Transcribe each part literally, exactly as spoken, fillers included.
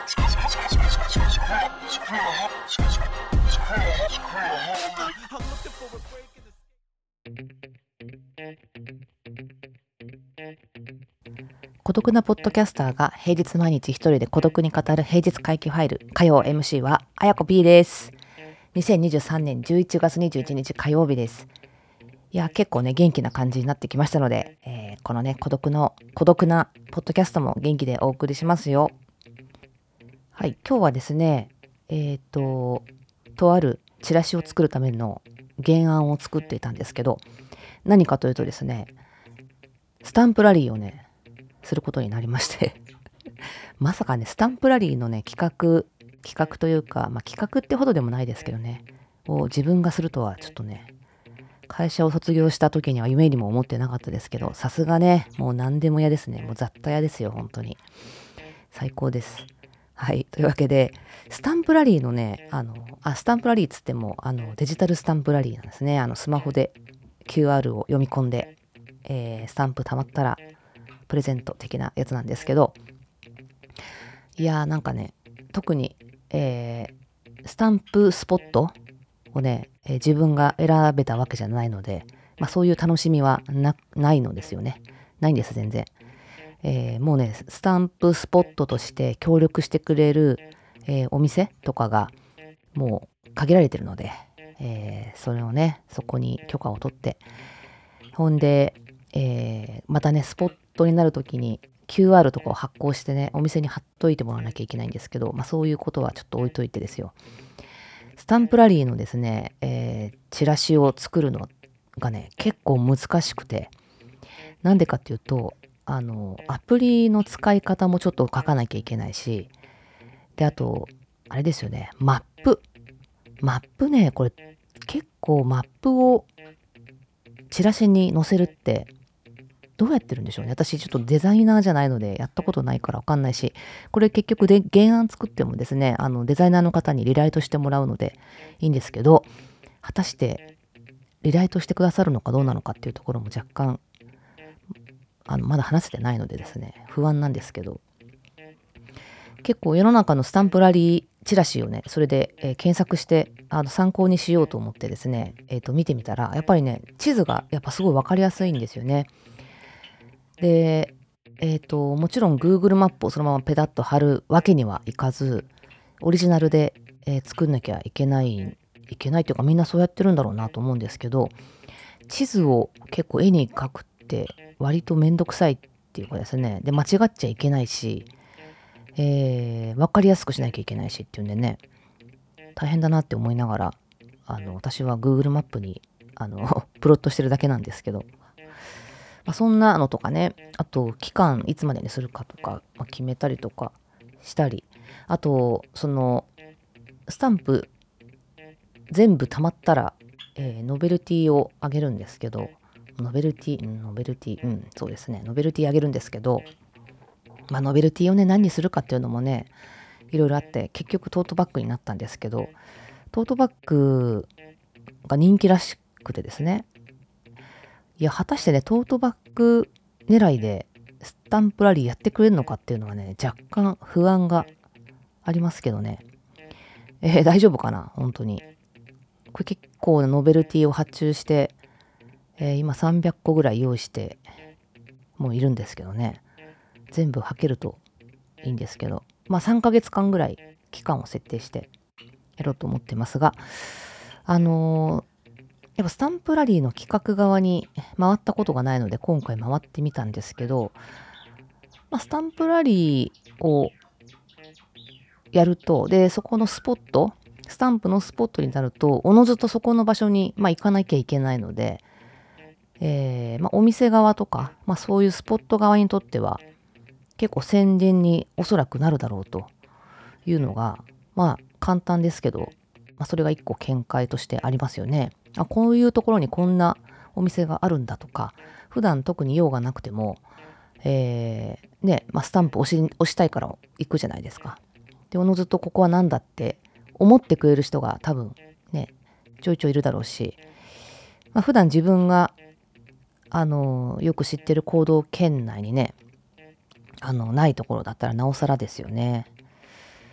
孤独なポッドキャスターが平日毎日一人で孤独に語る平日回帰ファイル。火曜 エムシー はあやこ P です。にせんにじゅうさんねんじゅういちがつにじゅういちにち火曜日です。いや結構ね元気な感じになってきましたので、えー、このね孤独の孤独なポッドキャストも元気でお送りしますよ。はい、今日はですねえっ、ー、ととあるチラシを作るための原案を作っていたんですけど、何かというとですねスタンプラリーをねすることになりましてまさかねスタンプラリーのね企画企画というか、まあ、企画ってほどでもないですけどねを自分がするとはちょっとね会社を卒業した時には夢にも思ってなかったですけど、さすがねもう何でも嫌ですね。もう雑多屋ですよ本当に。最高です。はい、というわけでスタンプラリーのねあのあスタンプラリーっつってもあのデジタルスタンプラリーなんですね。あのスマホで キューアール を読み込んで、えー、スタンプ貯まったらプレゼント的なやつなんですけど、いやーなんかね特に、えー、スタンプスポットをね、えー、自分が選べたわけじゃないので、まあ、そういう楽しみは な, ないのですよね。ないんです全然、えー、もうねスタンプスポットとして協力してくれる、えー、お店とかがもう限られてるので、えー、それをねそこに許可を取って、ほんで、えー、またねスポットになるときに キューアール とかを発行してねお店に貼っといてもらわなきゃいけないんですけど、まあ、そういうことはちょっと置いといてですよ、スタンプラリーのですね、えー、チラシを作るのがね結構難しくて、なんでかっていうとあのアプリの使い方もちょっと書かなきゃいけないし、であとあれですよねマップマップねこれ結構マップをチラシに載せるってどうやってるんでしょうね。私ちょっとデザイナーじゃないのでやったことないからわかんないし、これ結局で原案作ってもですねあのデザイナーの方にリライトしてもらうのでいいんですけど、果たしてリライトしてくださるのかどうなのかっていうところも若干あのまだ話せてないのでですね不安なんですけど、結構世の中のスタンプラリーチラシをねそれで、えー、検索してあの参考にしようと思ってですね、えー、と見てみたらやっぱりね地図がやっぱすごい分かりやすいんですよね。でえー、ともちろん Google マップをそのままペタッと貼るわけにはいかず、オリジナルで、えー、作んなきゃいけないいけないというかみんなそうやってるんだろうなと思うんですけど、地図を結構絵に描くって割とめんどくさいっていうかですね、で間違っちゃいけないし、えー、分かりやすくしなきゃいけないしっていうんでね大変だなって思いながら、あの私は Google マップにあのプロットしてるだけなんですけど、まあ、そんなのとかね、あと期間いつまでにするかとか、まあ、決めたりとかしたり、あとそのスタンプ全部溜まったら、えー、ノベルティをあげるんですけど、ノベルティ、うん、ノベルティ、うん、そうですね、ノベルティあげるんですけど、まあ、ノベルティをね、何にするかっていうのもね、いろいろあって、結局トートバッグになったんですけど、トートバッグが人気らしくてですね、いや、果たしてね、トートバッグ狙いでスタンプラリーやってくれるのかっていうのはね、若干不安がありますけどね、えー、大丈夫かな、本当に。これ結構なノベルティを発注して、えー、今さんびゃっこぐらい用意してもういるんですけどね、全部はけるといいんですけど、まあさんかげつかんぐらい期間を設定してやろうと思ってますが、あのー、やっぱスタンプラリーの企画側に回ったことがないので今回回ってみたんですけど、まあ、スタンプラリーをやると、でそこのスポットスタンプのスポットになるとおのずとそこの場所に、まあ、行かなきゃいけないので、えーまあ、お店側とか、まあ、そういうスポット側にとっては結構宣伝におそらくなるだろうというのがまあ簡単ですけど、まあ、それが一個見解としてありますよね。あ、こういうところにこんなお店があるんだとか、普段特に用がなくても、えー、ね、まあ、スタンプ押し、押したいから行くじゃないですか。でおのずとここは何だって思ってくれる人が多分ねちょいちょいいるだろうし、まあ、普段自分があのよく知ってる行動圏内にねあのないところだったらなおさらですよね。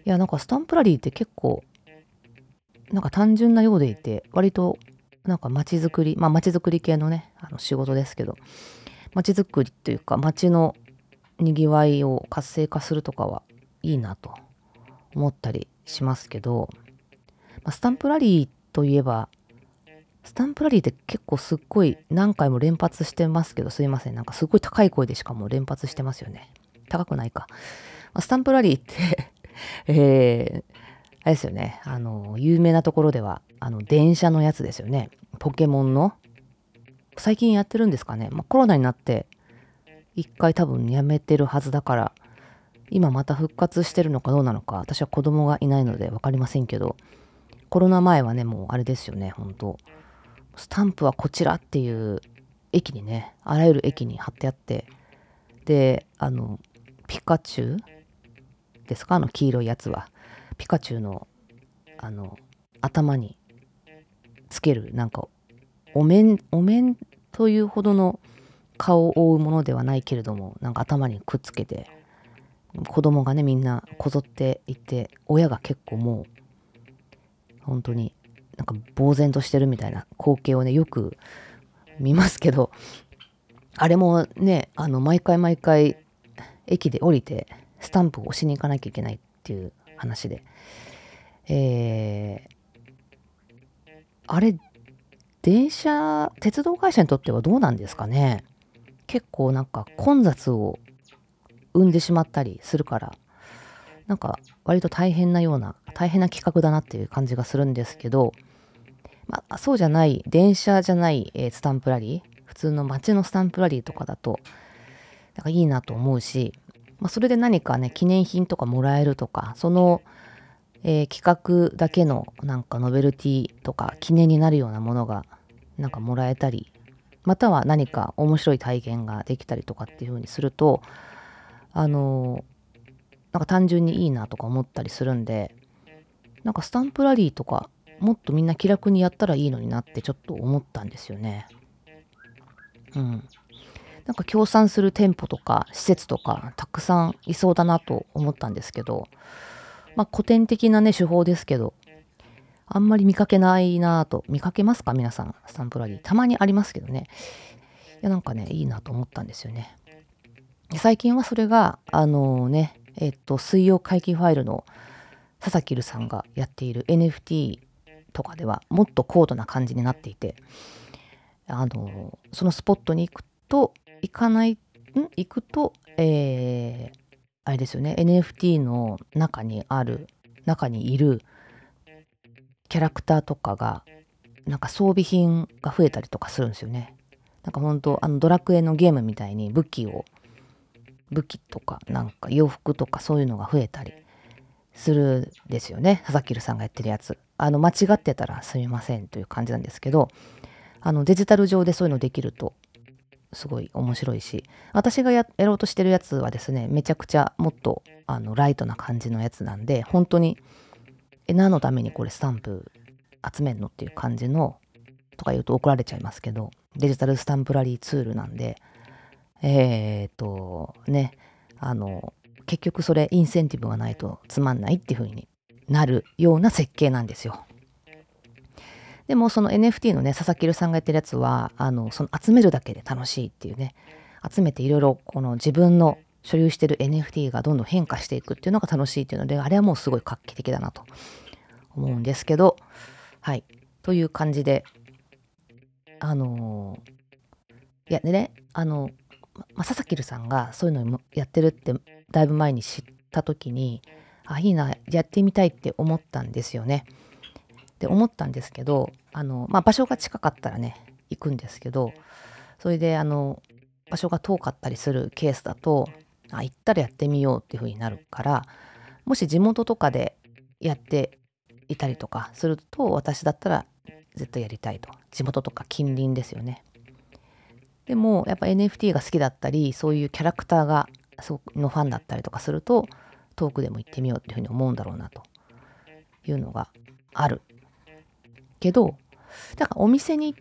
いやなんかスタンプラリーって結構なんか単純なようでいて、割となんか街づくり、まあ街づくり系のね、あの仕事ですけど、街づくりというか街のにぎわいを活性化するとかはいいなと思ったりしますけど、まあ、スタンプラリーといえば、スタンプラリーって結構すっごい何回も連発してますけど、すいません。なんかすごい高い声でしかも連発してますよね。高くないか。まあ、スタンプラリーってえー、あれですよね。あの、有名なところでは、あの、電車のやつですよね。ポケモンの。最近やってるんですかね。まあ、コロナになって、一回多分やめてるはずだから、今また復活してるのかどうなのか、私は子供がいないので分かりませんけど、コロナ前はね、もうあれですよね、本当スタンプはこちらっていう駅にね、あらゆる駅に貼ってあって、で、あの、ピカチュウですか、あの黄色いやつは。ピカチュウの、あの、頭につける、なんか、お面、お面というほどの顔を覆うものではないけれども、なんか頭にくっつけて、子供がね、みんなこぞっていて、親が結構もう、本当になんか呆然としてるみたいな光景をね、よく見ますけど、あれもね、あの、毎回毎回駅で降りて、スタンプを押しに行かなきゃいけないっていう話で、えー、あれ、電車、鉄道会社にとってはどうなんですかね。結構なんか混雑を生んでしまったりするから、なんか割と大変なような、大変な企画だなっていう感じがするんですけど、まあ、そうじゃない、電車じゃない、えースタンプラリー、普通の街のスタンプラリーとかだと、なんかいいなと思うし、まあ、それで何かね、記念品とかもらえるとか、その、えー企画だけのなんかノベルティとか記念になるようなものがなんかもらえたり、または何か面白い体験ができたりとかっていう風にすると、あのーなんか単純にいいなとか思ったりするんで、なんかスタンプラリーとかもっとみんな気楽にやったらいいのになってちょっと思ったんですよね。うん。なんか協賛する店舗とか施設とかたくさんいそうだなと思ったんですけど、まあ古典的なね手法ですけど、あんまり見かけないなぁと。見かけますか皆さん、スタンプラリー。たまにありますけどね。いやなんかね、いいなと思ったんですよね。最近はそれが、あのね、えっと、水曜会期ファイルの佐々木留さんがやっている エヌエフティー とかではもっと高度な感じになっていて、あの、そのスポットに行くと、行かない、ん行くと、えー、あれですよね、エヌエフティー の中にある、中にいるキャラクターとかが、なんか装備品が増えたりとかするんですよね。なんかほんと、あのドラクエのゲームみたいに武器を、武器とかなんか洋服とかそういうのが増えたりするんですよね。佐々木留さんがやってるやつ。あの間違ってたらすみませんという感じなんですけど、あのデジタル上でそういうのできるとすごい面白いし、私がややろうとしてるやつはですね、めちゃくちゃもっとあのライトな感じのやつなんで、本当にえ何のためにこれスタンプ集めんのっていう感じのとか言うと怒られちゃいますけど、デジタルスタンプラリーツールなんで、えーっとね、あの結局それインセンティブがないとつまんないっていう風になるような設計なんですよ。でもその エヌエフティー のね、佐々木留さんがやってるやつは、あの、その集めるだけで楽しいっていうね、集めていろいろこの自分の所有してる エヌエフティー がどんどん変化していくっていうのが楽しいっていうので、あれはもうすごい画期的だなと思うんですけど、はい。という感じで、あのーいやでね、あの、ま、佐々木留さんがそういうのもやってるってだいぶ前に知った時に、あ、いいな、やってみたいって思ったんですよね。で思ったんですけど、あの、まあ、場所が近かったらね、行くんですけど、それであの、場所が遠かったりするケースだと、あ、行ったらやってみようっていう風になるから、もし地元とかでやっていたりとかすると、私だったら絶対やりたいと。地元とか近隣ですよね。でも、やっぱ エヌエフティー が好きだったり、そういうキャラクターがすごくのファンだったりとかすると、遠くでも行ってみようっていう風に思うんだろうなというのがあるけど、だからお店に行って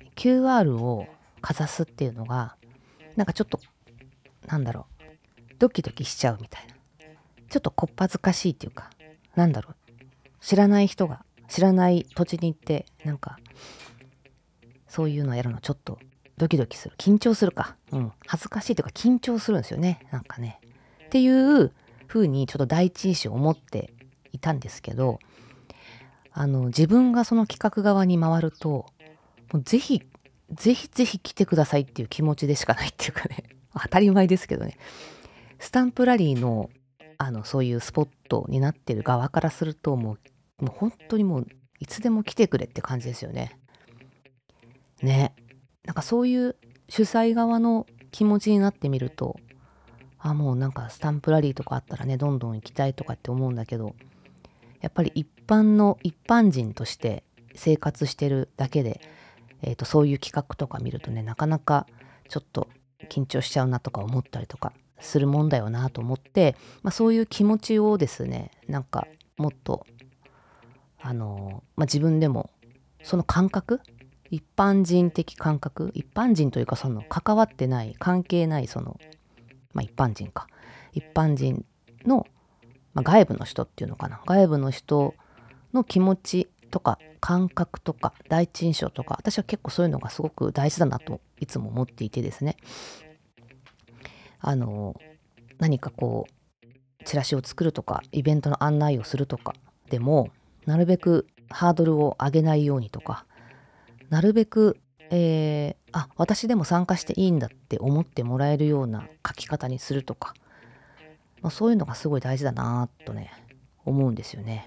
キューアール をかざすっていうのが、なんかちょっと、なんだろう、ドキドキしちゃうみたいな。ちょっとこっぱずかしいっていうか、 なんだろう、知らない人が知らない土地に行ってなんかそういうのやるのちょっとドキドキする、緊張するか、うん、恥ずかしいというか緊張するんですよね、なんかね。っていう風にちょっと第一印象を持っていたんですけど、あの自分がその企画側に回ると、もうぜひぜひぜひ来てくださいっていう気持ちでしかないっていうかね、当たり前ですけどね。スタンプラリーのあのそういうスポットになってる側からすると、もうもう本当にもういつでも来てくれって感じですよね。ね。なんかそういう主催側の気持ちになってみると、あ、もうなんかスタンプラリーとかあったらね、どんどん行きたいとかって思うんだけど、やっぱり一般の一般人として生活してるだけで、えーと、そういう企画とか見るとね、なかなかちょっと緊張しちゃうなとか思ったりとかするもんだよなと思って、まあ、そういう気持ちをですね、なんかもっとあの、まあ、自分でもその感覚、一般人的感覚、一般人というかその関わってない関係ないその、まあ、一般人か一般人の、まあ、外部の人っていうのかな、外部の人の気持ちとか感覚とか第一印象とか、私は結構そういうのがすごく大事だなといつも思っていてですね、あの何かこうチラシを作るとかイベントの案内をするとかでも、なるべくハードルを上げないようにとか、なるべく、えー、あ、私でも参加していいんだって思ってもらえるような書き方にするとか、まあ、そういうのがすごい大事だなとね思うんですよね。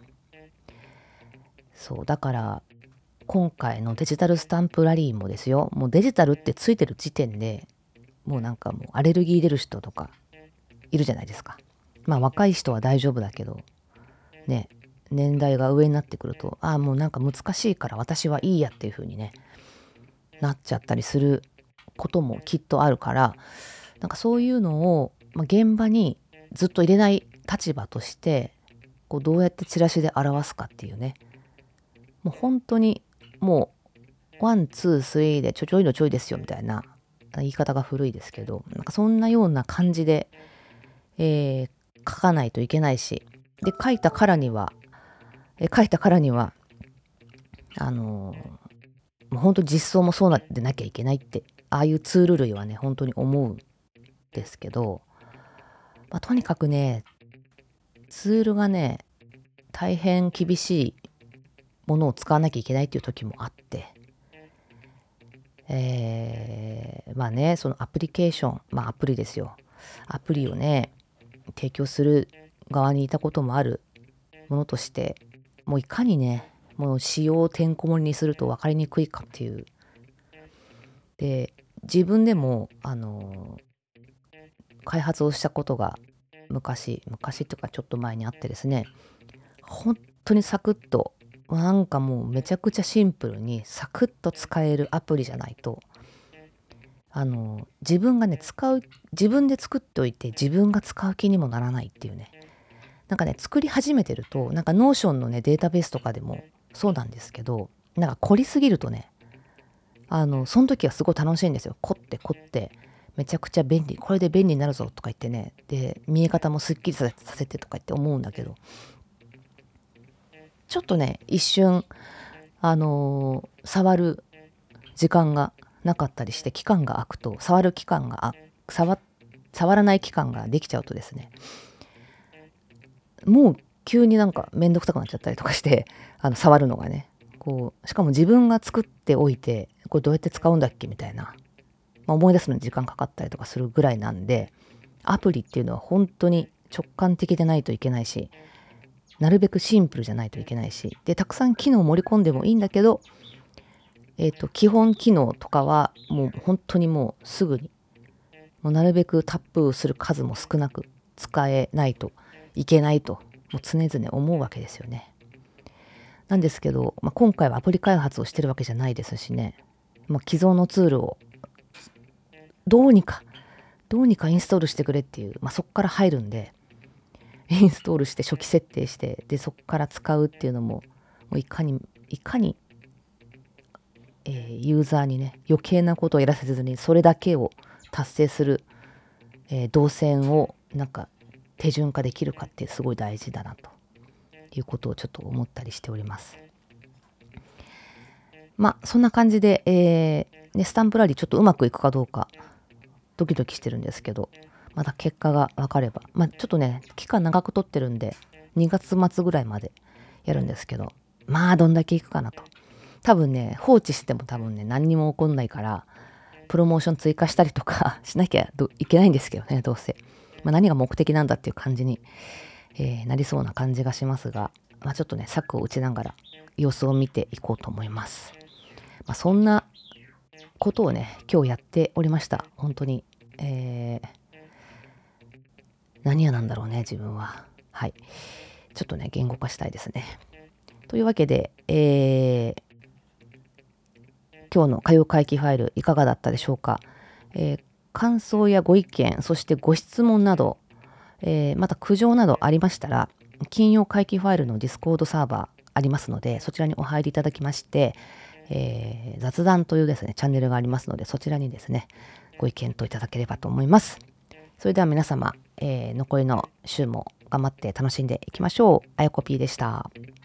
そうだから今回のデジタルスタンプラリーもですよ、もうデジタルってついてる時点でもうなんかもうアレルギー出る人とかいるじゃないですか。まあ若い人は大丈夫だけどね、年代が上になってくると、ああもうなんか難しいから私はいいやっていう風にねなっちゃったりすることもきっとあるから、なんかそういうのを、まあ、現場にずっと入れない立場として、こうどうやってチラシで表すかっていうね、もう本当にもうワンツースリーでちょちょいのちょいですよみたいな言い方が古いですけど、なんかそんなような感じで、えー書かないといけないし、で書いたからには、え書いたからにはあのーもう本当実装もそうなってなきゃいけないって、ああいうツール類はね本当に思うんですけど、まあ、とにかくねツールがね大変厳しいものを使わなきゃいけないっていう時もあって、えー、まあねそのアプリケーション、まあアプリですよ、アプリをね提供する側にいたこともあるものとして、もういかにねもう仕様をてんこ盛りにすると分かりにくいかっていう。で自分でもあの開発をしたことが昔昔っていうかちょっと前にあってですね、本当にサクッと、なんかもうめちゃくちゃシンプルにサクッと使えるアプリじゃないと、あの自分がね使う自分で作っておいて自分が使う気にもならないっていうね。なんかね作り始めてると、なんかノーションのねデータベースとかでもそうなんですけど、なんか凝りすぎるとね、あのその時はすごい楽しいんですよ。凝って凝ってめちゃくちゃ便利、これで便利になるぞとか言ってね、で見え方もすっきりさせてとか言って思うんだけど、ちょっとね一瞬あのー触る時間がなかったりして、期間が空くと、触る期間があ触触らない期間ができちゃうとですね、もう急になんかめんどくさくなっちゃったりとかして、あの触るのがね、こうしかも自分が作っておいてこれどうやって使うんだっけみたいな、まあ、思い出すのに時間かかったりとかするぐらいなんで、アプリっていうのは本当に直感的でないといけないし、なるべくシンプルじゃないといけないし、でたくさん機能を盛り込んでもいいんだけど、えっと基本機能とかはもう本当にもうすぐに、もうなるべくタップする数も少なく使えないといけないと、もう常々思うわけですよね。なんですけど、まあ、今回はアプリ開発をしてるわけじゃないですしね、まあ、既存のツールをどうにかどうにかインストールしてくれっていう、まあ、そこから入るんで、インストールして初期設定して、でそこから使うっていうのも、もういかにいかに、えーユーザーにね余計なことをやらせずにそれだけを達成する、えー動線をなんか手順化できるかってすごい大事だなということをちょっと思ったりしております。まあそんな感じで、えーね、スタンプラリーちょっとうまくいくかどうかドキドキしてるんですけど、まだ結果が分かれば、まあちょっとね期間長く取ってるんでにがつ末ぐらいまでやるんですけど、まあどんだけいくかなと。多分ね放置しても多分ね何にも起こんないから、プロモーション追加したりとかしなきゃいけないんですけどね、どうせ、まあ、何が目的なんだっていう感じに、えーなりそうな感じがしますが、まあ、ちょっとね策を打ちながら様子を見ていこうと思います。まあ、そんなことをね今日やっておりました。本当に、えー何屋なんだろうね自分は。はい、ちょっとね言語化したいですね。というわけで、えー今日の火曜会期ファイルいかがだったでしょうか。えー感想やご意見、そしてご質問など、えーまた苦情などありましたら、金曜会期ファイルのディスコードサーバーありますので、そちらにお入りいただきまして、えー雑談というですねチャンネルがありますので、そちらにですねご意見といただければと思います。それでは皆様、えー残りの週も頑張って楽しんでいきましょう。あやこ P でした。